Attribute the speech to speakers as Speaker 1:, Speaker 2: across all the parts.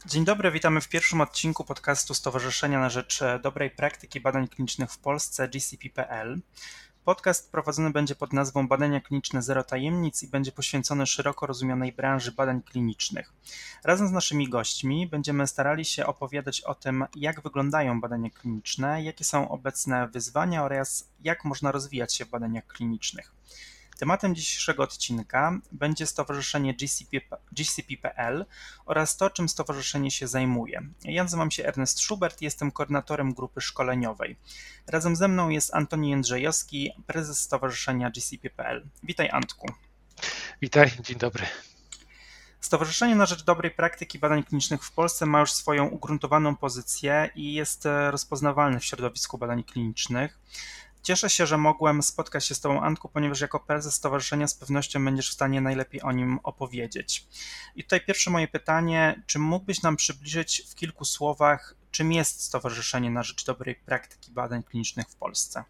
Speaker 1: Dzień dobry, witamy w pierwszym odcinku podcastu Stowarzyszenia na Rzecz Dobrej Praktyki Badań Klinicznych w Polsce GCP.pl. Podcast prowadzony będzie pod nazwą Badania kliniczne Zero Tajemnic i będzie poświęcony szeroko rozumianej branży badań klinicznych. Razem z naszymi gośćmi będziemy starali się opowiadać o tym, jak wyglądają badania kliniczne, jakie są obecne wyzwania oraz jak można rozwijać się w badaniach klinicznych. Tematem dzisiejszego odcinka będzie Stowarzyszenie GCP.pl oraz to, czym stowarzyszenie się zajmuje. Ja nazywam się Ernest Schubert i jestem koordynatorem grupy szkoleniowej. Razem ze mną jest Antoni Jędrzejowski, prezes Stowarzyszenia GCP.pl. Witaj, Antku.
Speaker 2: Witaj, dzień dobry.
Speaker 1: Stowarzyszenie na Rzecz Dobrej Praktyki Badań Klinicznych w Polsce ma już swoją ugruntowaną pozycję i jest rozpoznawalne w środowisku badań klinicznych. Cieszę się, że mogłem spotkać się z Tobą, Antku, ponieważ jako prezes stowarzyszenia z pewnością będziesz w stanie najlepiej o nim opowiedzieć. I tutaj pierwsze moje pytanie, czy mógłbyś nam przybliżyć w kilku słowach, czym jest Stowarzyszenie na Rzecz Dobrej Praktyki Badań Klinicznych w Polsce?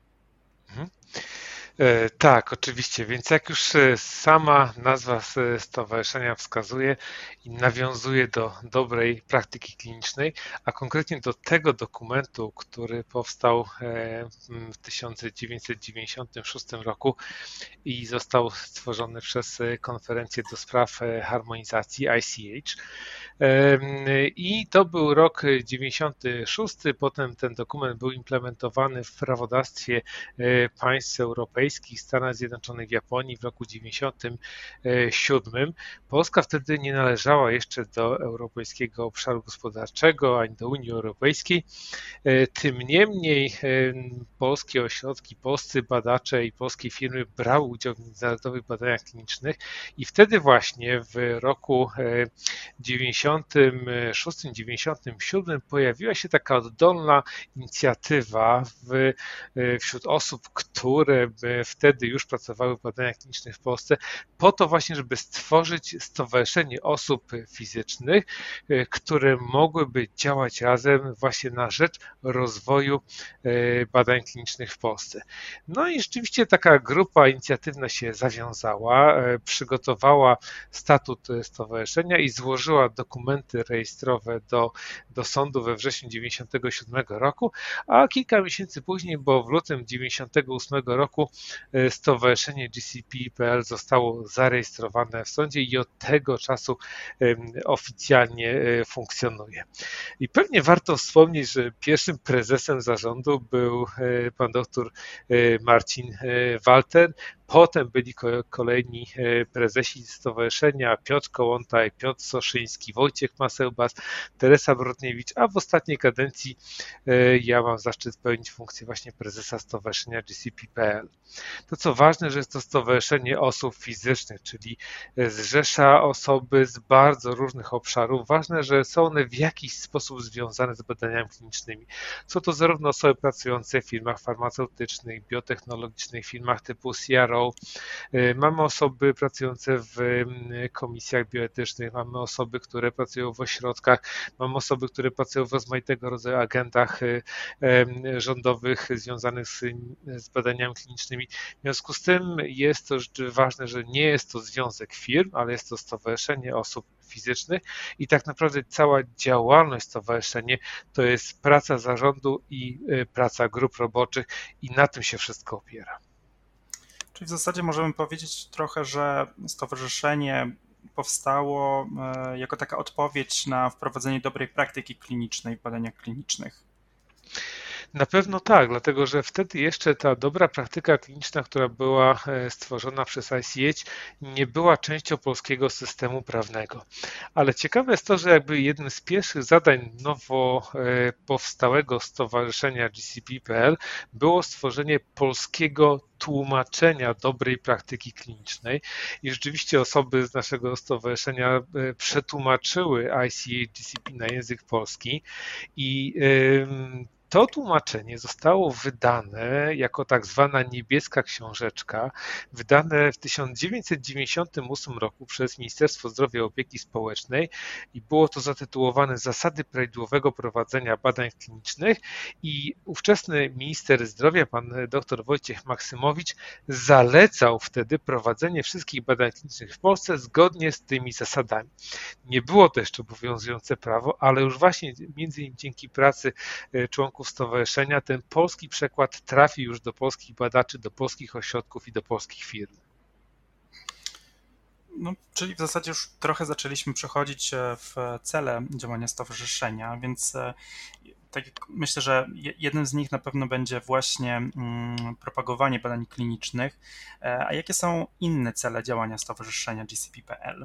Speaker 2: Tak, oczywiście, więc jak już sama nazwa stowarzyszenia wskazuje i nawiązuje do dobrej praktyki klinicznej, a konkretnie do tego dokumentu, który powstał w 1996 roku i został stworzony przez Konferencję do Spraw Harmonizacji ICH. I to był rok 96, potem ten dokument był implementowany w prawodawstwie państw europejskich, Stanach Zjednoczonych, w Japonii w roku 97. Polska wtedy nie należała jeszcze do Europejskiego Obszaru Gospodarczego ani do Unii Europejskiej. Tym niemniej polskie ośrodki, polscy badacze i polskie firmy brały udział w międzynarodowych badaniach klinicznych i wtedy właśnie w roku 96-97 pojawiła się taka oddolna inicjatywa wśród osób, które wtedy już pracowały w badaniach klinicznych w Polsce, po to właśnie, żeby stworzyć stowarzyszenie osób fizycznych, które mogłyby działać razem właśnie na rzecz rozwoju badań klinicznych w Polsce. No i rzeczywiście taka grupa inicjatywna się zawiązała, przygotowała statut stowarzyszenia i złożyła dokumenty rejestrowe do sądu we wrześniu 1997 roku, a kilka miesięcy później, bo w lutym 1998 roku stowarzyszenie GCP.pl zostało zarejestrowane w sądzie i od tego czasu oficjalnie funkcjonuje. I pewnie warto wspomnieć, że pierwszym prezesem zarządu był pan doktor Marcin Walter. Potem byli kolejni prezesi stowarzyszenia, Piotr Kołłątaj, Piotr Soszyński, Wojciech Masełbas, Teresa Brodniewicz, a w ostatniej kadencji ja mam zaszczyt pełnić funkcję właśnie prezesa stowarzyszenia GCP.pl. To co ważne, że jest to stowarzyszenie osób fizycznych, czyli zrzesza osoby z bardzo różnych obszarów. Ważne, że są one w jakiś sposób związane z badaniami klinicznymi. Są to zarówno osoby pracujące w firmach farmaceutycznych, biotechnologicznych, firmach typu CRO, mamy osoby pracujące w komisjach bioetycznych, mamy osoby, które pracują w ośrodkach, mamy osoby, które pracują w rozmaitego rodzaju agentach rządowych związanych z badaniami klinicznymi. W związku z tym jest to rzeczywiście ważne, że nie jest to związek firm, ale jest to stowarzyszenie osób fizycznych i tak naprawdę cała działalność stowarzyszenia to jest praca zarządu i praca grup roboczych i na tym się wszystko opiera.
Speaker 1: Czyli w zasadzie możemy powiedzieć trochę, że stowarzyszenie powstało jako taka odpowiedź na wprowadzenie dobrej praktyki klinicznej w badaniach klinicznych.
Speaker 2: Na pewno tak, dlatego że wtedy jeszcze ta dobra praktyka kliniczna, która była stworzona przez ICH, nie była częścią polskiego systemu prawnego. Ale ciekawe jest to, że jakby jednym z pierwszych zadań nowo powstałego stowarzyszenia GCP.pl było stworzenie polskiego tłumaczenia dobrej praktyki klinicznej i rzeczywiście osoby z naszego stowarzyszenia przetłumaczyły ICH GCP na język polski i to tłumaczenie zostało wydane jako tak zwana niebieska książeczka, wydane w 1998 roku przez Ministerstwo Zdrowia i Opieki Społecznej i było to zatytułowane Zasady prawidłowego prowadzenia badań klinicznych i ówczesny minister zdrowia, pan dr Wojciech Maksymowicz, zalecał wtedy prowadzenie wszystkich badań klinicznych w Polsce zgodnie z tymi zasadami. Nie było to jeszcze obowiązujące prawo, ale już właśnie między innymi dzięki pracy członków stowarzyszenia ten polski przekład trafi już do polskich badaczy, do polskich ośrodków i do polskich firm.
Speaker 1: No, czyli w zasadzie już trochę zaczęliśmy przechodzić w cele działania stowarzyszenia, więc tak jak myślę, że jednym z nich na pewno będzie właśnie propagowanie badań klinicznych. A jakie są inne cele działania stowarzyszenia GCP.pl?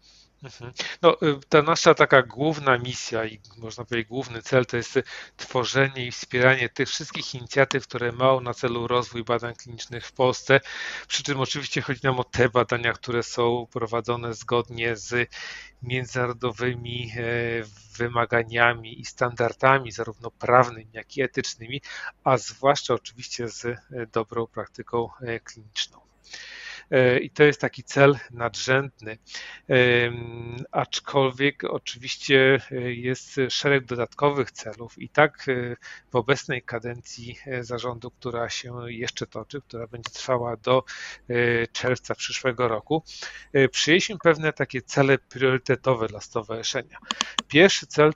Speaker 2: No, ta nasza taka główna misja i można powiedzieć główny cel to jest tworzenie i wspieranie tych wszystkich inicjatyw, które mają na celu rozwój badań klinicznych w Polsce, przy czym oczywiście chodzi nam o te badania, które są prowadzone zgodnie z międzynarodowymi wymaganiami i standardami zarówno prawnymi, jak i etycznymi, a zwłaszcza oczywiście z dobrą praktyką kliniczną. I to jest taki cel nadrzędny, aczkolwiek oczywiście jest szereg dodatkowych celów i tak w obecnej kadencji zarządu, która się jeszcze toczy, która będzie trwała do czerwca przyszłego roku, przyjęliśmy pewne takie cele priorytetowe dla stowarzyszenia. Pierwszy cel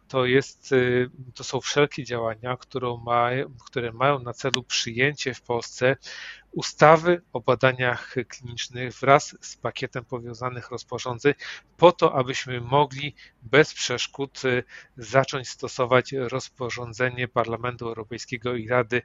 Speaker 2: to są wszelkie działania, które mają na celu przyjęcie w Polsce ustawy o badaniach klinicznych wraz z pakietem powiązanych rozporządzeń po to, abyśmy mogli bez przeszkód zacząć stosować rozporządzenie Parlamentu Europejskiego i Rady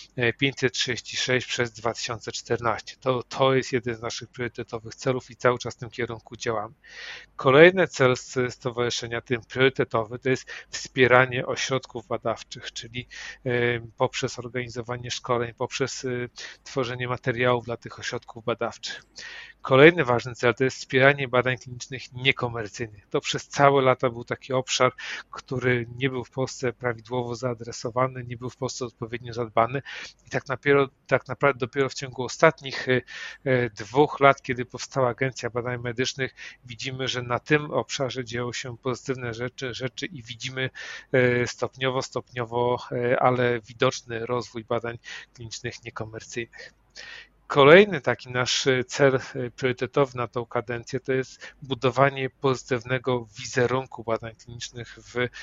Speaker 2: 536 przez 2014. To jest jeden z naszych priorytetowych celów i cały czas w tym kierunku działamy. Kolejny cel stowarzyszenia, tym priorytetowy, to jest wspieranie ośrodków badawczych, czyli poprzez organizowanie szkoleń, poprzez tworzenie materiałów dla tych ośrodków badawczych. Kolejny ważny cel to jest wspieranie badań klinicznych niekomercyjnych. To przez całe lata był taki obszar, który nie był w Polsce prawidłowo zaadresowany, nie był w Polsce odpowiednio zadbany i tak naprawdę dopiero w ciągu ostatnich 2 lat, kiedy powstała Agencja Badań Medycznych, widzimy, że na tym obszarze dzieją się pozytywne rzeczy i widzimy stopniowo, ale widoczny rozwój badań klinicznych niekomercyjnych. Kolejny taki nasz cel priorytetowy na tą kadencję to jest budowanie pozytywnego wizerunku badań klinicznych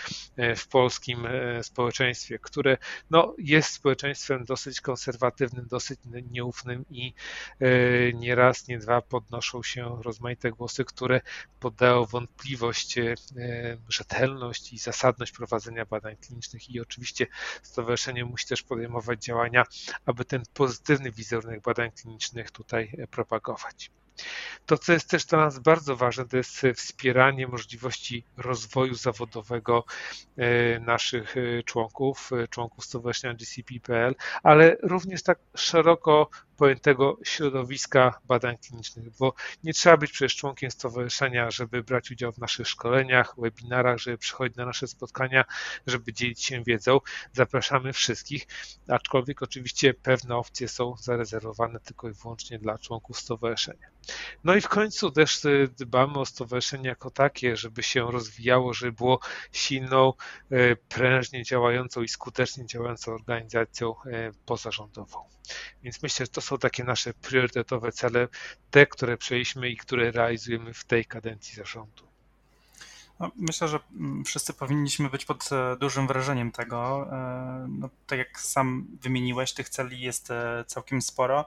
Speaker 2: w polskim społeczeństwie, które jest społeczeństwem dosyć konserwatywnym, dosyć nieufnym i nie raz, nie dwa podnoszą się rozmaite głosy, które podają wątpliwość rzetelność i zasadność prowadzenia badań klinicznych i oczywiście stowarzyszenie musi też podejmować działania, aby ten pozytywny wizerunek badań klinicznych tutaj propagować. To, co jest też dla nas bardzo ważne, to jest wspieranie możliwości rozwoju zawodowego naszych członków Stowarzyszenia GCP.pl, ale również tak szeroko pojętego środowiska badań klinicznych, bo nie trzeba być przecież członkiem stowarzyszenia, żeby brać udział w naszych szkoleniach, webinarach, żeby przychodzić na nasze spotkania, żeby dzielić się wiedzą. Zapraszamy wszystkich, aczkolwiek oczywiście pewne opcje są zarezerwowane tylko i wyłącznie dla członków stowarzyszenia. No i w końcu też dbamy o stowarzyszenie jako takie, żeby się rozwijało, żeby było silną, prężnie działającą i skutecznie działającą organizacją pozarządową. Więc myślę, że to są takie nasze priorytetowe cele, te, które przejęliśmy i które realizujemy w tej kadencji zarządu.
Speaker 1: No, myślę, że wszyscy powinniśmy być pod dużym wrażeniem tego. No, tak jak sam wymieniłeś, tych celi jest całkiem sporo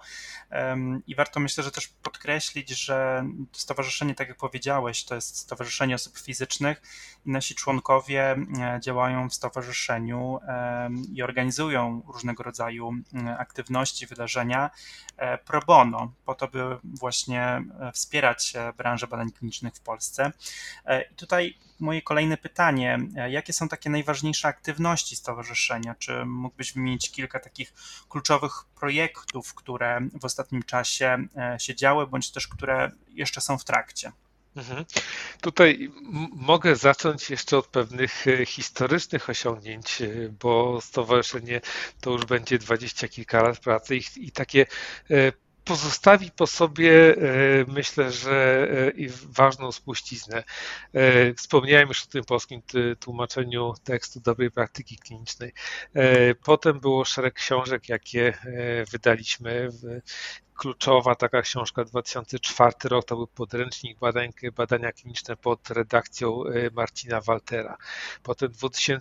Speaker 1: i warto myślę, że też podkreślić, że stowarzyszenie, tak jak powiedziałeś, to jest stowarzyszenie osób fizycznych i nasi członkowie działają w stowarzyszeniu i organizują różnego rodzaju aktywności, wydarzenia pro bono, po to, by właśnie wspierać branżę badań klinicznych w Polsce. I tutaj moje kolejne pytanie, jakie są takie najważniejsze aktywności stowarzyszenia? Czy mógłbyś wymienić kilka takich kluczowych projektów, które w ostatnim czasie się działy, bądź też które jeszcze są w trakcie?
Speaker 2: Mhm. Tutaj mogę zacząć jeszcze od pewnych historycznych osiągnięć, bo stowarzyszenie to już będzie 20 kilka lat pracy i takie pozostawi po sobie, myślę, że i ważną spuściznę. Wspomniałem już o tym polskim tłumaczeniu tekstu dobrej praktyki klinicznej. Potem było szereg książek, jakie wydaliśmy. Kluczowa taka książka 2004 rok to był podręcznik badania kliniczne pod redakcją Marcina Waltera. Potem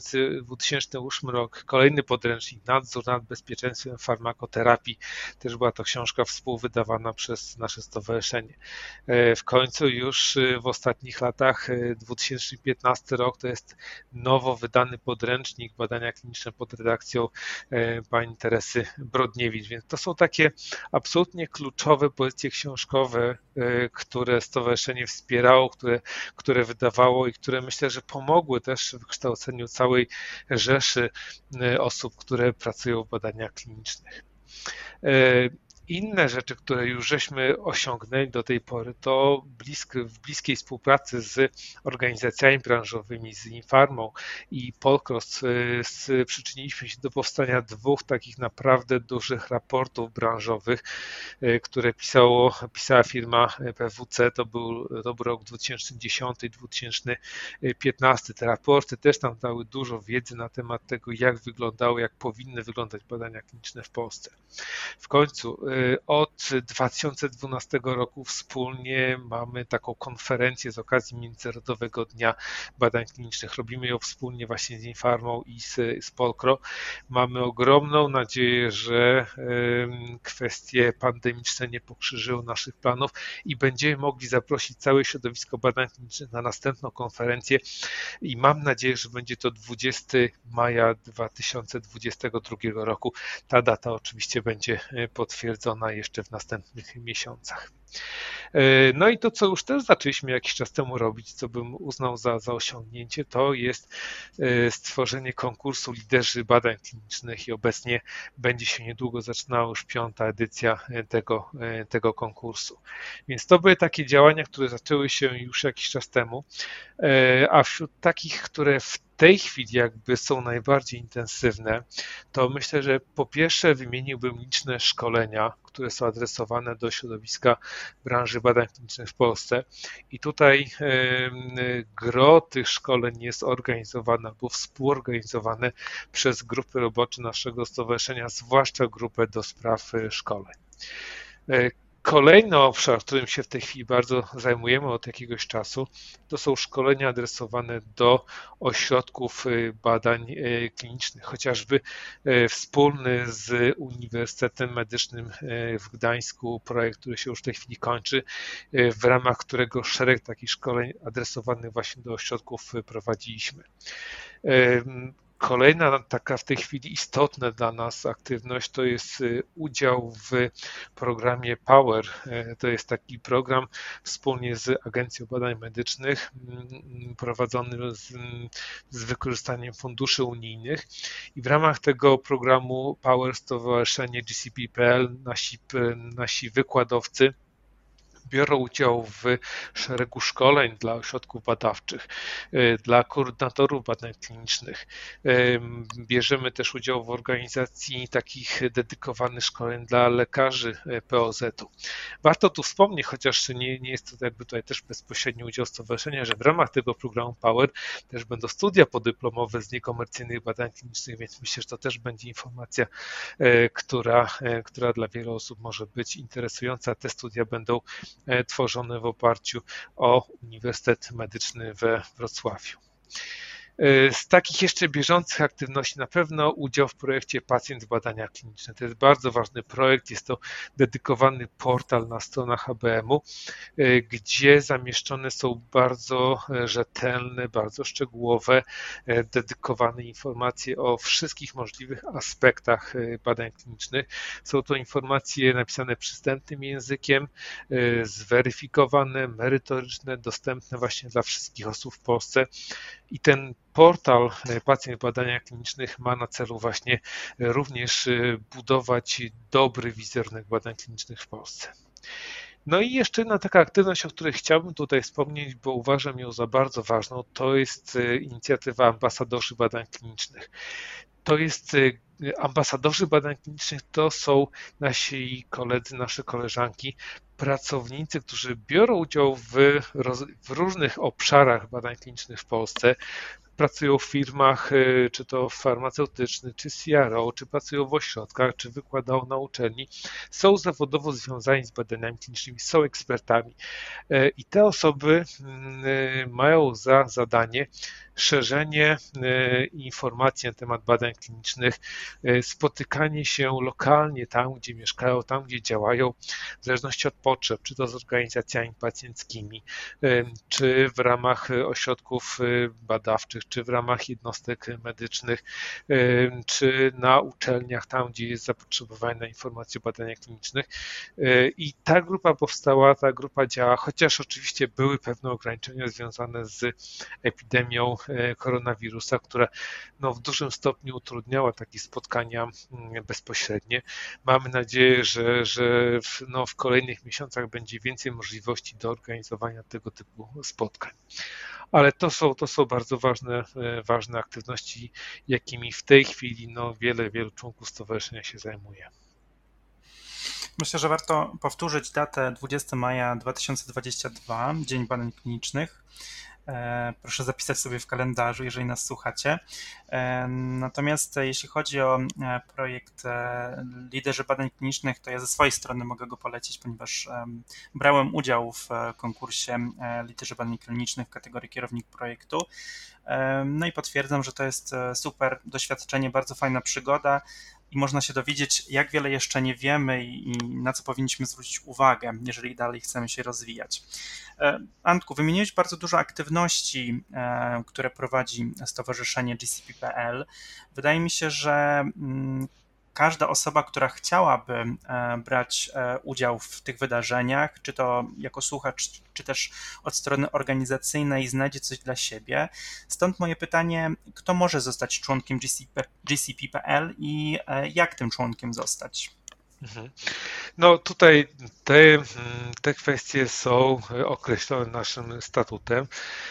Speaker 2: 2008 rok kolejny podręcznik Nadzór nad bezpieczeństwem farmakoterapii. Też była to książka współwydawana przez nasze stowarzyszenie. W końcu już w ostatnich latach 2015 rok to jest nowo wydany podręcznik badania kliniczne pod redakcją pani Teresy Brodniewicz. Więc to są takie absolutnie kluczowe pozycje książkowe, które stowarzyszenie wspierało, które wydawało i które myślę, że pomogły też w kształceniu całej rzeszy osób, które pracują w badaniach klinicznych. Inne rzeczy, które już żeśmy osiągnęli do tej pory, to w bliskiej współpracy z organizacjami branżowymi, z Infarmą i Polkros przyczyniliśmy się do powstania dwóch takich naprawdę dużych raportów branżowych, które pisała firma PwC, to był rok 2010 i 2015. Te raporty też nam dały dużo wiedzy na temat tego, jak wyglądały, jak powinny wyglądać badania kliniczne w Polsce. W końcu od 2012 roku wspólnie mamy taką konferencję z okazji Międzynarodowego Dnia Badań Klinicznych. Robimy ją wspólnie właśnie z Infarmą i z Polkro. Mamy ogromną nadzieję, że kwestie pandemiczne nie pokrzyżują naszych planów i będziemy mogli zaprosić całe środowisko badań klinicznych na następną konferencję i mam nadzieję, że będzie to 20 maja 2022 roku. Ta data oczywiście będzie potwierdzona jeszcze w następnych miesiącach. No i to, co już też zaczęliśmy jakiś czas temu robić, co bym uznał za osiągnięcie, to jest stworzenie konkursu Liderzy Badań Klinicznych i obecnie będzie się niedługo zaczynała już 5. edycja tego konkursu. Więc to były takie działania, które zaczęły się już jakiś czas temu, a wśród takich, które w tej chwili jakby są najbardziej intensywne, to myślę, że po pierwsze wymieniłbym liczne szkolenia, które są adresowane do środowiska branży badań klinicznych w Polsce i tutaj gro tych szkoleń jest organizowane albo współorganizowane przez grupy robocze naszego stowarzyszenia, zwłaszcza grupę do spraw szkoleń. Kolejny obszar, którym się w tej chwili bardzo zajmujemy od jakiegoś czasu, to są szkolenia adresowane do ośrodków badań klinicznych, chociażby wspólny z Uniwersytetem Medycznym w Gdańsku projekt, który się już w tej chwili kończy, w ramach którego szereg takich szkoleń adresowanych właśnie do ośrodków prowadziliśmy. Kolejna taka w tej chwili istotna dla nas aktywność to jest udział w programie POWER. To jest taki program wspólnie z Agencją Badań Medycznych prowadzony z wykorzystaniem funduszy unijnych i w ramach tego programu POWER Stowarzyszenie GCP.pl, nasi wykładowcy biorą udział w szeregu szkoleń dla ośrodków badawczych, dla koordynatorów badań klinicznych. Bierzemy też udział w organizacji takich dedykowanych szkoleń dla lekarzy POZ-u. Warto tu wspomnieć, chociaż nie jest to jakby tutaj też bezpośredni udział stowarzyszenia, że w ramach tego programu POWER też będą studia podyplomowe z niekomercyjnych badań klinicznych, więc myślę, że to też będzie informacja, która dla wielu osób może być interesująca. Te studia będą tworzone w oparciu o Uniwersytet Medyczny we Wrocławiu. Z takich jeszcze bieżących aktywności na pewno udział w projekcie Pacjent Badania Kliniczne. To jest bardzo ważny projekt, jest to dedykowany portal na stronach ABM-u, gdzie zamieszczone są bardzo rzetelne, bardzo szczegółowe, dedykowane informacje o wszystkich możliwych aspektach badań klinicznych. Są to informacje napisane przystępnym językiem, zweryfikowane, merytoryczne, dostępne właśnie dla wszystkich osób w Polsce i ten portal Pacjent w Badaniach Klinicznych ma na celu właśnie również budować dobry wizerunek badań klinicznych w Polsce. No i jeszcze jedna taka aktywność, o której chciałbym tutaj wspomnieć, bo uważam ją za bardzo ważną, to jest inicjatywa ambasadorzy badań klinicznych. To jest ambasadorzy badań klinicznych, to są nasi koledzy, nasze koleżanki, pracownicy, którzy biorą udział w różnych obszarach badań klinicznych w Polsce. Pracują w firmach, czy to farmaceutycznych, czy CRO, czy pracują w ośrodkach, czy wykładają na uczelni, są zawodowo związani z badaniami klinicznymi, są ekspertami. I te osoby mają za zadanie szerzenie informacji na temat badań klinicznych, spotykanie się lokalnie tam, gdzie mieszkają, tam, gdzie działają, w zależności od potrzeb, czy to z organizacjami pacjenckimi, czy w ramach ośrodków badawczych, czy w ramach jednostek medycznych, czy na uczelniach, tam, gdzie jest zapotrzebowanie na informacje o badaniach klinicznych. I ta grupa powstała, ta grupa działa, chociaż oczywiście były pewne ograniczenia związane z epidemią koronawirusa, która w dużym stopniu utrudniała takie spotkania bezpośrednie. Mamy nadzieję, że w kolejnych miesiącach będzie więcej możliwości do organizowania tego typu spotkań. Ale to są bardzo ważne aktywności, jakimi w tej chwili wielu członków stowarzyszenia się zajmuje.
Speaker 1: Myślę, że warto powtórzyć datę 20 maja 2022, Dzień Badań Klinicznych. Proszę zapisać sobie w kalendarzu, jeżeli nas słuchacie. Natomiast jeśli chodzi o projekt Liderzy Badań Klinicznych, to ja ze swojej strony mogę go polecić, ponieważ brałem udział w konkursie Liderzy Badań Klinicznych w kategorii kierownik projektu. No i potwierdzam, że to jest super doświadczenie, bardzo fajna przygoda i można się dowiedzieć, jak wiele jeszcze nie wiemy i na co powinniśmy zwrócić uwagę, jeżeli dalej chcemy się rozwijać. Antku, wymieniłeś bardzo dużo aktywności, które prowadzi Stowarzyszenie GCP.pl. Wydaje mi się, że każda osoba, która chciałaby brać udział w tych wydarzeniach, czy to jako słuchacz, czy też od strony organizacyjnej, znajdzie coś dla siebie. Stąd moje pytanie, kto może zostać członkiem GCP.pl i jak tym członkiem zostać?
Speaker 2: No tutaj te kwestie są określone naszym statutem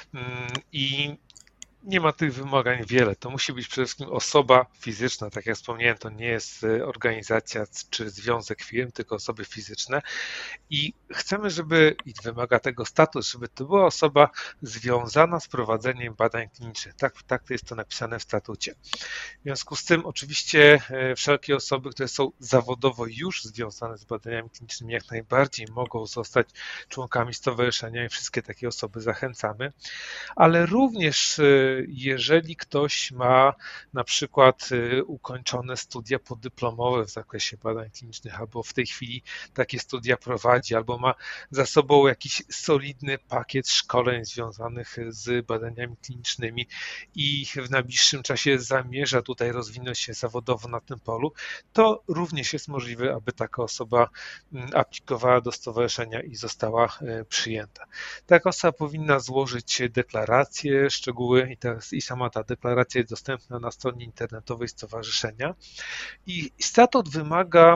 Speaker 2: i nie ma tych wymagań wiele. To musi być przede wszystkim osoba fizyczna. Tak jak wspomniałem, to nie jest organizacja czy związek firm, tylko osoby fizyczne. I chcemy, i wymaga tego status, żeby to była osoba związana z prowadzeniem badań klinicznych. Tak jest to napisane w statucie. W związku z tym oczywiście wszelkie osoby, które są zawodowo już związane z badaniami klinicznymi, jak najbardziej mogą zostać członkami stowarzyszenia i wszystkie takie osoby zachęcamy, ale również jeżeli ktoś ma na przykład ukończone studia podyplomowe w zakresie badań klinicznych, albo w tej chwili takie studia prowadzi, albo ma za sobą jakiś solidny pakiet szkoleń związanych z badaniami klinicznymi i w najbliższym czasie zamierza tutaj rozwinąć się zawodowo na tym polu, to również jest możliwe, aby taka osoba aplikowała do stowarzyszenia i została przyjęta. Taka osoba powinna złożyć deklarację, szczegóły i sama ta deklaracja jest dostępna na stronie internetowej stowarzyszenia i statut wymaga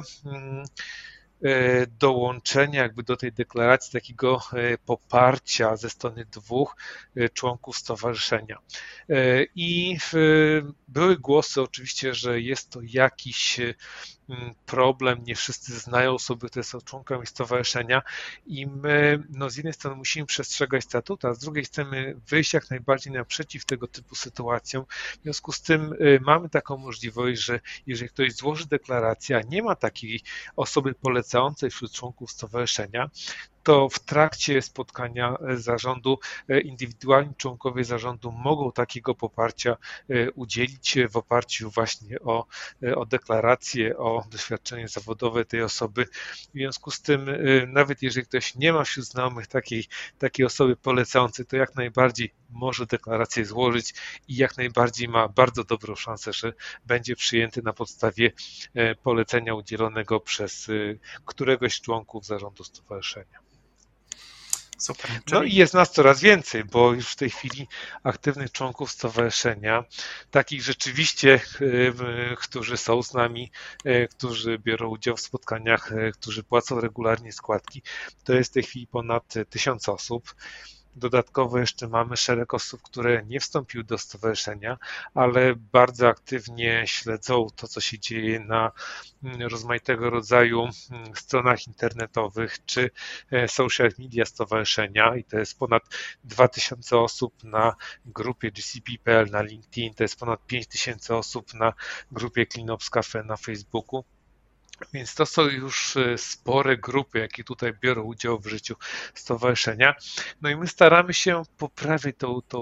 Speaker 2: dołączenia do tej deklaracji takiego poparcia ze strony dwóch członków stowarzyszenia. I były głosy oczywiście, że jest to jakiś problem, nie wszyscy znają osoby, które są członkami stowarzyszenia i my z jednej strony musimy przestrzegać statutu, a z drugiej chcemy wyjść jak najbardziej naprzeciw tego typu sytuacjom. W związku z tym mamy taką możliwość, że jeżeli ktoś złoży deklarację, a nie ma takiej osoby polecającej wśród członków stowarzyszenia, to w trakcie spotkania zarządu indywidualni członkowie zarządu mogą takiego poparcia udzielić w oparciu właśnie o deklarację, o doświadczenie zawodowe tej osoby. W związku z tym, nawet jeżeli ktoś nie ma wśród znajomych takiej osoby polecającej, to jak najbardziej może deklarację złożyć i jak najbardziej ma bardzo dobrą szansę, że będzie przyjęty na podstawie polecenia udzielonego przez któregoś z członków zarządu stowarzyszenia.
Speaker 1: Super.
Speaker 2: No i jest nas coraz więcej, bo już w tej chwili aktywnych członków stowarzyszenia, takich rzeczywiście, którzy są z nami, którzy biorą udział w spotkaniach, którzy płacą regularnie składki, to jest w tej chwili ponad 1000 osób. Dodatkowo jeszcze mamy szereg osób, które nie wstąpiły do stowarzyszenia, ale bardzo aktywnie śledzą to, co się dzieje na rozmaitego rodzaju stronach internetowych czy social media stowarzyszenia i to jest ponad 2000 osób na grupie GCP.pl na LinkedIn, to jest ponad 5000 osób na grupie CleanUps Cafe na Facebooku. Więc to są już spore grupy, jakie tutaj biorą udział w życiu stowarzyszenia. No i my staramy się poprawić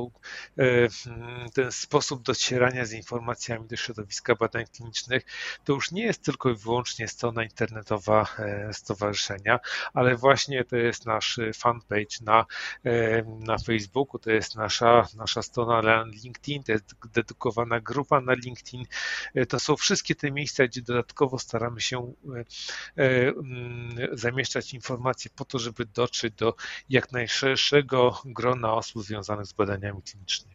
Speaker 2: ten sposób docierania z informacjami do środowiska badań klinicznych. To już nie jest tylko i wyłącznie strona internetowa stowarzyszenia, ale właśnie to jest nasz fanpage na Facebooku, to jest nasza strona na LinkedIn, to jest dedykowana grupa na LinkedIn. To są wszystkie te miejsca, gdzie dodatkowo staramy się zamieszczać informacje po to, żeby dotrzeć do jak najszerszego grona osób związanych z badaniami klinicznymi.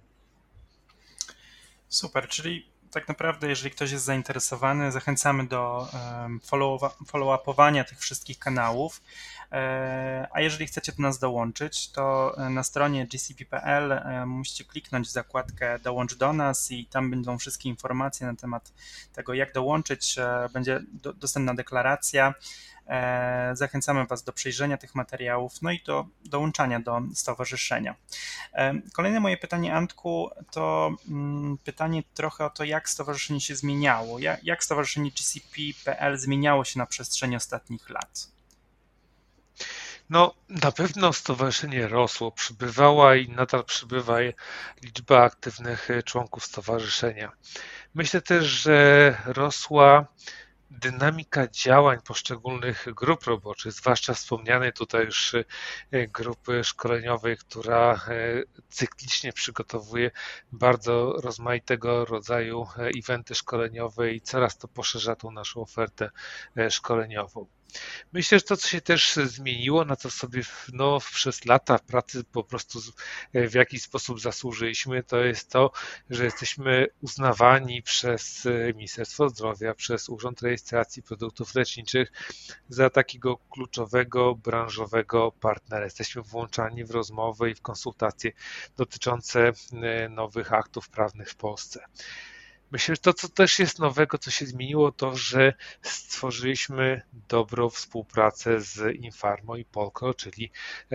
Speaker 1: Super, czyli tak naprawdę, jeżeli ktoś jest zainteresowany, zachęcamy do follow-upowania tych wszystkich kanałów, a jeżeli chcecie do nas dołączyć, to na stronie gcp.pl musicie kliknąć w zakładkę dołącz do nas i tam będą wszystkie informacje na temat tego, jak dołączyć, będzie dostępna deklaracja. Zachęcamy Was do przejrzenia tych materiałów, no i do dołączania do stowarzyszenia. Kolejne moje pytanie, Antku, to pytanie trochę o to, jak stowarzyszenie się zmieniało, jak stowarzyszenie GCP.pl zmieniało się na przestrzeni ostatnich lat?
Speaker 2: No, na pewno stowarzyszenie rosło, przybywała i nadal przybywa liczba aktywnych członków stowarzyszenia. Myślę też, że rosła dynamika działań poszczególnych grup roboczych, zwłaszcza wspomnianej tutaj już grupy szkoleniowej, która cyklicznie przygotowuje bardzo rozmaitego rodzaju eventy szkoleniowe i coraz to poszerza tą naszą ofertę szkoleniową. Myślę, że to, co się też zmieniło, na co sobie przez lata pracy po prostu w jakiś sposób zasłużyliśmy, to jest to, że jesteśmy uznawani przez Ministerstwo Zdrowia, przez Urząd Rejestracji Produktów Leczniczych za takiego kluczowego, branżowego partnera. Jesteśmy włączani w rozmowy i w konsultacje dotyczące nowych aktów prawnych w Polsce. Myślę, że to, co też jest nowego, co się zmieniło, to, że stworzyliśmy dobrą współpracę z Infarmo i Polko, czyli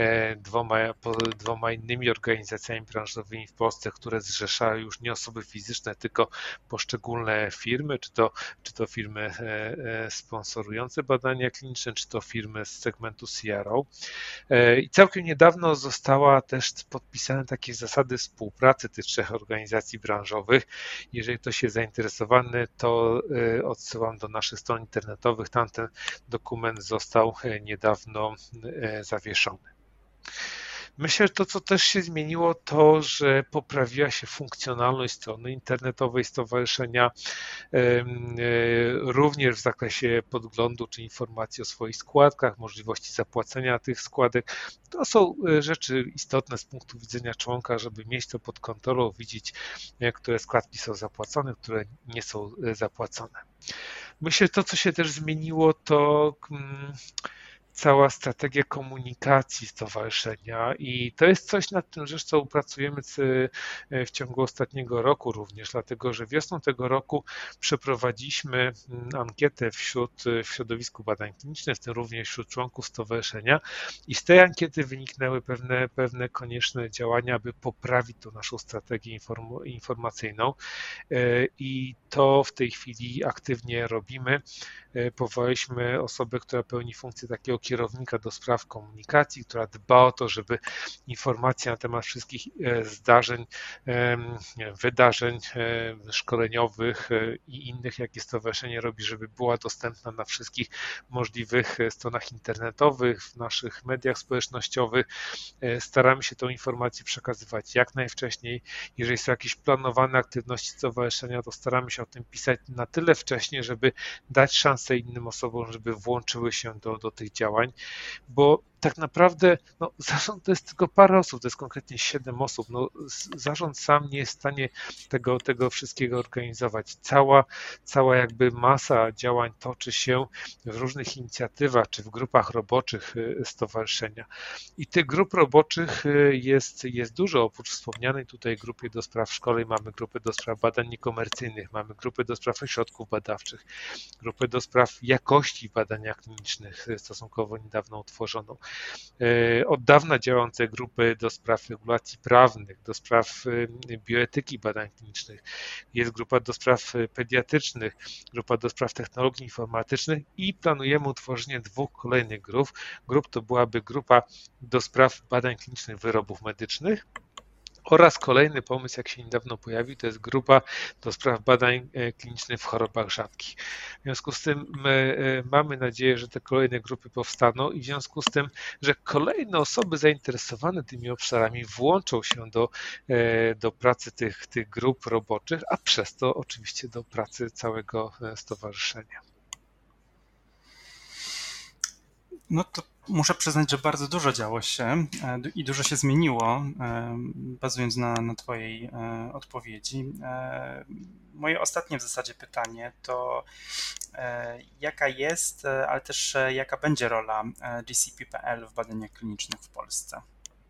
Speaker 2: dwoma innymi organizacjami branżowymi w Polsce, które zrzeszają już nie osoby fizyczne, tylko poszczególne firmy, czy to firmy sponsorujące badania kliniczne, czy to firmy z segmentu CRO. I całkiem niedawno została też podpisane takie zasady współpracy tych trzech organizacji branżowych. Jeżeli ktoś jest zainteresowany, to odsyłam do naszych stron internetowych. Tamten dokument został niedawno zawieszony. Myślę, że to, co też się zmieniło, to, że poprawiła się funkcjonalność strony internetowej stowarzyszenia, również w zakresie podglądu czy informacji o swoich składkach, możliwości zapłacenia tych składek. To są rzeczy istotne z punktu widzenia członka, żeby mieć to pod kontrolą, widzieć, które składki są zapłacone, które nie są zapłacone. Myślę, że to, co się też zmieniło, to cała strategia komunikacji stowarzyszenia i to jest coś, nad tym zresztą pracujemy w ciągu ostatniego roku również, dlatego że wiosną tego roku przeprowadziliśmy ankietę w środowisku badań klinicznych, w tym również wśród członków stowarzyszenia i z tej ankiety wyniknęły pewne konieczne działania, aby poprawić tą naszą strategię informacyjną i to w tej chwili aktywnie robimy. Powołaliśmy osobę, która pełni funkcję takiego kierownika do spraw komunikacji, która dba o to, żeby informacja na temat wszystkich zdarzeń, wydarzeń szkoleniowych i innych, jakie stowarzyszenie robi, żeby była dostępna na wszystkich możliwych stronach internetowych, w naszych mediach społecznościowych. Staramy się tą informację przekazywać jak najwcześniej. Jeżeli są jakieś planowane aktywności stowarzyszenia, to staramy się o tym pisać na tyle wcześnie, żeby dać szansę innym osobom, żeby włączyły się do tych działań, bo tak naprawdę zarząd to jest tylko parę osób, to jest konkretnie 7 osób. Zarząd sam nie jest w stanie tego wszystkiego organizować. Cała jakby masa działań toczy się w różnych inicjatywach czy w grupach roboczych stowarzyszenia. I tych grup roboczych jest dużo. Oprócz wspomnianej tutaj grupy do spraw szkoleń mamy grupy do spraw badań niekomercyjnych, mamy grupy do spraw ośrodków badawczych, grupę do spraw jakości w badaniach klinicznych stosunkowo niedawno utworzoną. Od dawna działające grupy do spraw regulacji prawnych, do spraw bioetyki badań klinicznych. Jest grupa do spraw pediatrycznych, grupa do spraw technologii informatycznych i planujemy utworzenie 2 kolejnych grup. To byłaby grupa do spraw badań klinicznych wyrobów medycznych oraz kolejny pomysł, jak się niedawno pojawił, to jest grupa do spraw badań klinicznych w chorobach rzadkich. W związku z tym mamy nadzieję, że te kolejne grupy powstaną i w związku z tym, że kolejne osoby zainteresowane tymi obszarami włączą się do pracy tych grup roboczych, a przez to oczywiście do pracy całego stowarzyszenia.
Speaker 1: No to muszę przyznać, że bardzo dużo działo się i dużo się zmieniło, bazując na Twojej odpowiedzi. Moje ostatnie w zasadzie pytanie to jaka jest, ale też jaka będzie rola GCP.pl w badaniach klinicznych w Polsce?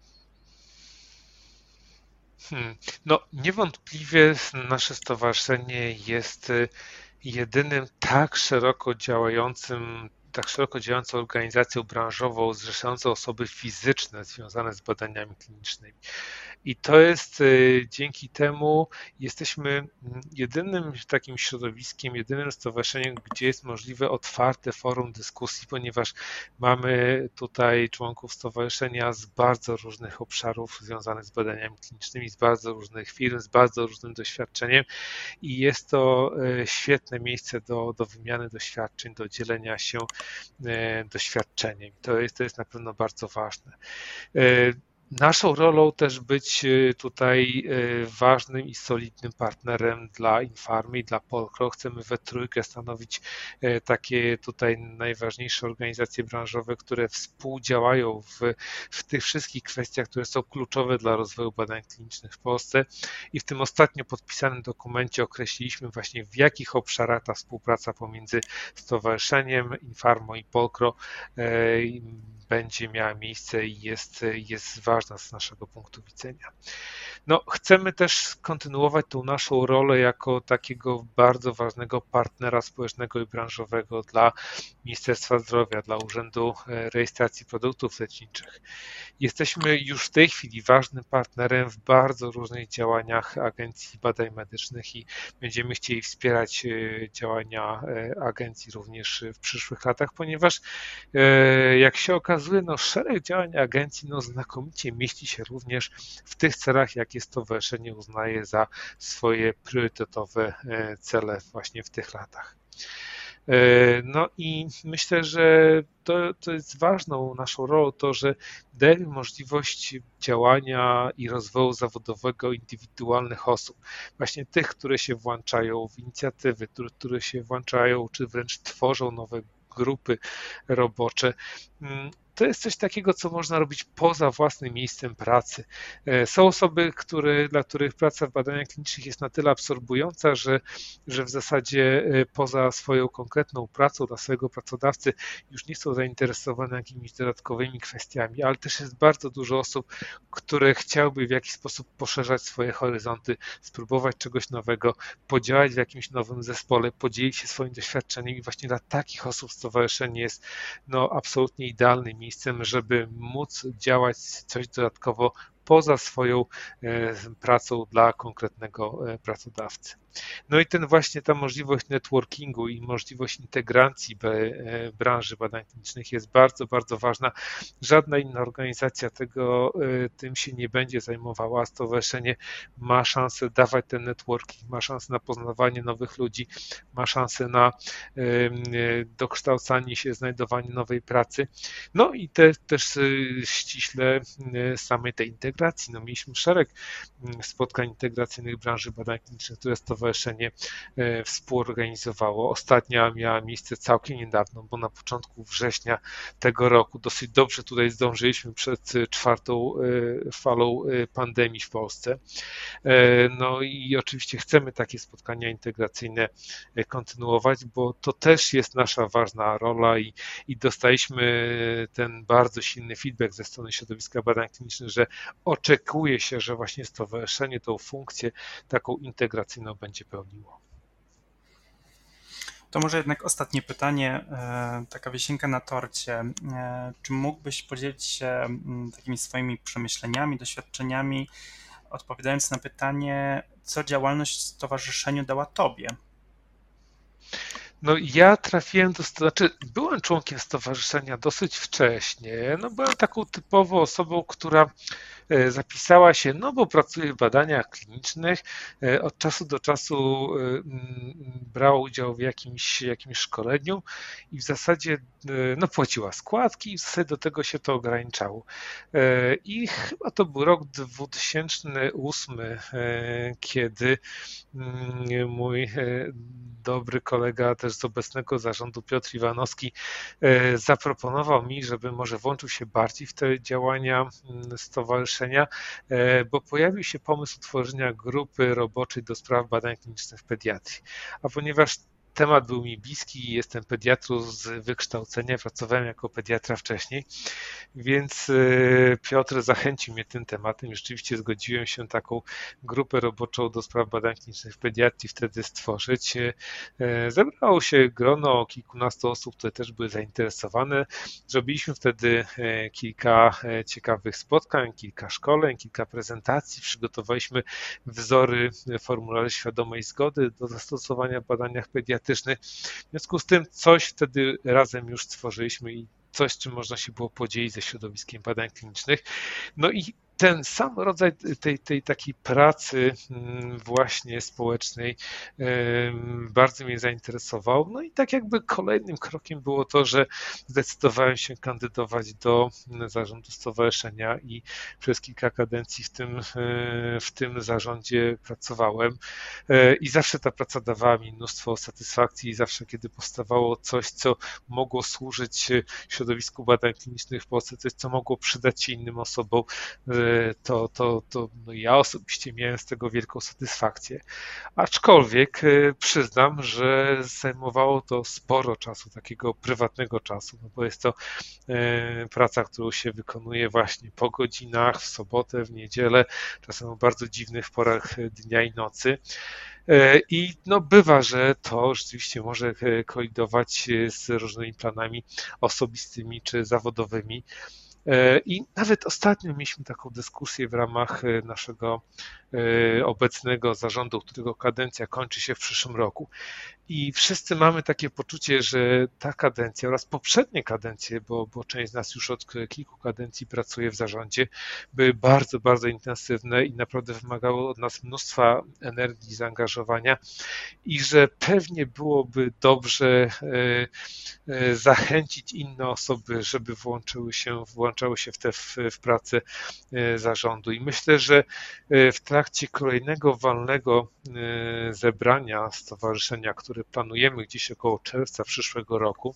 Speaker 2: Niewątpliwie nasze stowarzyszenie jest jedynym tak szeroko działającą organizacją branżową zrzeszającą osoby fizyczne związane z badaniami klinicznymi. I to jest dzięki temu jesteśmy jedynym takim środowiskiem, jedynym stowarzyszeniem, gdzie jest możliwe otwarte forum dyskusji, ponieważ mamy tutaj członków stowarzyszenia z bardzo różnych obszarów związanych z badaniami klinicznymi, z bardzo różnych firm, z bardzo różnym doświadczeniem i jest to świetne miejsce do wymiany doświadczeń, do dzielenia się doświadczeniem. To jest na pewno bardzo ważne. Naszą rolą też być tutaj ważnym i solidnym partnerem dla Infarmy i dla Polkro. Chcemy we trójkę stanowić takie tutaj najważniejsze organizacje branżowe, które współdziałają w tych wszystkich kwestiach, które są kluczowe dla rozwoju badań klinicznych w Polsce. I w tym ostatnio podpisanym dokumencie określiliśmy właśnie, w jakich obszarach ta współpraca pomiędzy stowarzyszeniem, Infarmą i Polkro będzie miała miejsce i jest ważna z naszego punktu widzenia. Chcemy też kontynuować tą naszą rolę jako takiego bardzo ważnego partnera społecznego i branżowego dla Ministerstwa Zdrowia, dla Urzędu Rejestracji Produktów Leczniczych. Jesteśmy już w tej chwili ważnym partnerem w bardzo różnych działaniach Agencji Badań Medycznych i będziemy chcieli wspierać działania agencji również w przyszłych latach, ponieważ jak się okazuje, szereg działań agencji znakomicie mieści się również w tych celach, jakie stowarzyszenie uznaje za swoje priorytetowe cele właśnie w tych latach. I myślę, że to jest ważną naszą rolą to, że dajemy możliwość działania i rozwoju zawodowego indywidualnych osób, właśnie tych, które się włączają w inicjatywy, które się włączają, czy wręcz tworzą nowe grupy robocze. To jest coś takiego, co można robić poza własnym miejscem pracy. Są osoby, dla których praca w badaniach klinicznych jest na tyle absorbująca, że w zasadzie poza swoją konkretną pracą dla swojego pracodawcy już nie są zainteresowane jakimiś dodatkowymi kwestiami, ale też jest bardzo dużo osób, które chciałyby w jakiś sposób poszerzać swoje horyzonty, spróbować czegoś nowego, podziałać w jakimś nowym zespole, podzielić się swoim doświadczeniem i właśnie dla takich osób stowarzyszenie jest absolutnie idealnym miejscem, żeby móc działać coś dodatkowo poza swoją pracą dla konkretnego pracodawcy. I ta możliwość networkingu i możliwość integracji branży badań klinicznych jest bardzo, bardzo ważna. Żadna inna organizacja tym się nie będzie zajmowała. Stowarzyszenie ma szansę dawać ten networking, ma szansę na poznawanie nowych ludzi, ma szansę na dokształcanie się, znajdowanie nowej pracy. I też ściśle samej tej integracji integracji. No, mieliśmy szereg spotkań integracyjnych branży badań klinicznych, które stowarzyszenie współorganizowało. Ostatnia miała miejsce całkiem niedawno, bo na początku września tego roku. Dosyć dobrze tutaj zdążyliśmy przed czwartą falą pandemii w Polsce. No i oczywiście chcemy takie spotkania integracyjne kontynuować, bo to też jest nasza ważna rola i dostaliśmy ten bardzo silny feedback ze strony środowiska badań klinicznych, że oczekuje się, że właśnie stowarzyszenie tą funkcję taką integracyjną będzie pełniło.
Speaker 1: To może jednak ostatnie pytanie, taka wisienka na torcie. Czy mógłbyś podzielić się takimi swoimi przemyśleniami, doświadczeniami, odpowiadając na pytanie, co działalność w stowarzyszeniu dała tobie?
Speaker 2: No ja trafiłem byłem członkiem stowarzyszenia dosyć wcześnie, no byłem taką typową osobą, która zapisała się, no bo pracuje w badaniach klinicznych, od czasu do czasu brała udział w jakimś szkoleniu i w zasadzie no, płaciła składki i w zasadzie do tego się to ograniczało. I chyba to był rok 2008, kiedy mój dobry kolega też z obecnego zarządu, Piotr Iwanowski, zaproponował mi, żeby może włączył się bardziej w te działania stowarzyszenia, bo pojawił się pomysł utworzenia grupy roboczej do spraw badań klinicznych w pediatrii. A ponieważ temat był mi bliski, jestem pediatrą z wykształcenia, pracowałem jako pediatra wcześniej, więc Piotr zachęcił mnie tym tematem i rzeczywiście zgodziłem się taką grupę roboczą do spraw badań klinicznych w pediatrii wtedy stworzyć. Zebrało się grono kilkunastu osób, które też były zainteresowane. Zrobiliśmy wtedy kilka ciekawych spotkań, kilka szkoleń, kilka prezentacji, przygotowaliśmy wzory formularzy świadomej zgody do zastosowania w badaniach pediatrycznych. W związku z tym coś wtedy razem już stworzyliśmy i coś, czym można się było podzielić ze środowiskiem badań klinicznych. No i ten sam rodzaj tej takiej pracy właśnie społecznej bardzo mnie zainteresował. No i tak jakby kolejnym krokiem było to, że zdecydowałem się kandydować do zarządu stowarzyszenia i przez kilka kadencji w tym zarządzie pracowałem i zawsze ta praca dawała mi mnóstwo satysfakcji i zawsze, kiedy powstawało coś, co mogło służyć środowisku badań klinicznych w Polsce, coś, co mogło przydać się innym osobom, to no ja osobiście miałem z tego wielką satysfakcję. Aczkolwiek przyznam, że zajmowało to sporo czasu, takiego prywatnego czasu, no bo jest to praca, którą się wykonuje właśnie po godzinach, w sobotę, w niedzielę, czasem o bardzo dziwnych porach dnia i nocy. I no bywa, że to rzeczywiście może kolidować z różnymi planami osobistymi czy zawodowymi. I nawet ostatnio mieliśmy taką dyskusję w ramach naszego obecnego zarządu, którego kadencja kończy się w przyszłym roku. I wszyscy mamy takie poczucie, że ta kadencja oraz poprzednie kadencje, bo część z nas już od kilku kadencji pracuje w zarządzie, były bardzo, bardzo intensywne i naprawdę wymagały od nas mnóstwa energii, zaangażowania i że pewnie byłoby dobrze zachęcić inne osoby, żeby włączały się w pracę zarządu. I myślę, że w trakcie kolejnego walnego zebrania stowarzyszenia, które planujemy gdzieś około czerwca przyszłego roku,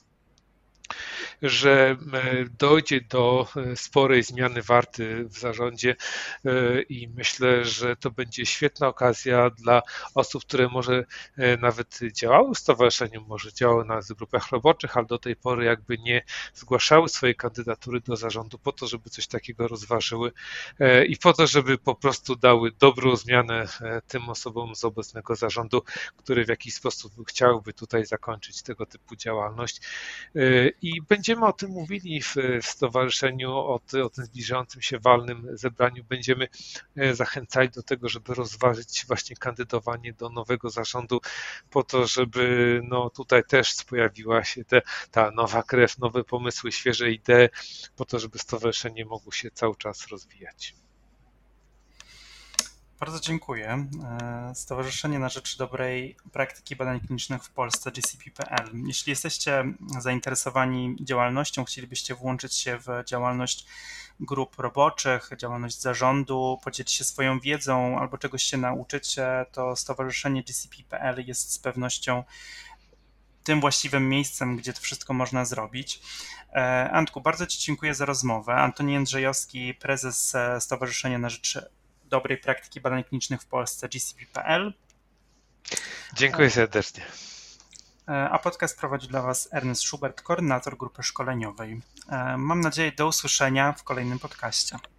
Speaker 2: że dojdzie do sporej zmiany warty w zarządzie i myślę, że to będzie świetna okazja dla osób, które może nawet działały w stowarzyszeniu, może działały nawet w grupach roboczych, ale do tej pory jakby nie zgłaszały swojej kandydatury do zarządu po to, żeby coś takiego rozważyły i po to, żeby po prostu dały dobrą zmianę tym osobom z obecnego zarządu, które w jakiś sposób chciałyby tutaj zakończyć tego typu działalność. I będziemy o tym mówili w stowarzyszeniu, o tym zbliżającym się walnym zebraniu. Będziemy zachęcali do tego, żeby rozważyć właśnie kandydowanie do nowego zarządu po to, żeby no tutaj też pojawiła się ta nowa krew, nowe pomysły, świeże idee, po to, żeby stowarzyszenie mogło się cały czas rozwijać.
Speaker 1: Bardzo dziękuję. Stowarzyszenie na Rzecz Dobrej Praktyki Badań Klinicznych w Polsce, GCP.pl. Jeśli jesteście zainteresowani działalnością, chcielibyście włączyć się w działalność grup roboczych, działalność zarządu, podzielić się swoją wiedzą albo czegoś się nauczyć, to Stowarzyszenie GCP.pl jest z pewnością tym właściwym miejscem, gdzie to wszystko można zrobić. Antku, bardzo Ci dziękuję za rozmowę. Antoni Jędrzejowski, prezes Stowarzyszenia na Rzecz Dobrej Praktyki Badań Klinicznych w Polsce, GCP.pl.
Speaker 2: Dziękuję serdecznie.
Speaker 1: A podcast prowadzi dla Was Ernest Schubert, koordynator grupy szkoleniowej. Mam nadzieję do usłyszenia w kolejnym podcaście.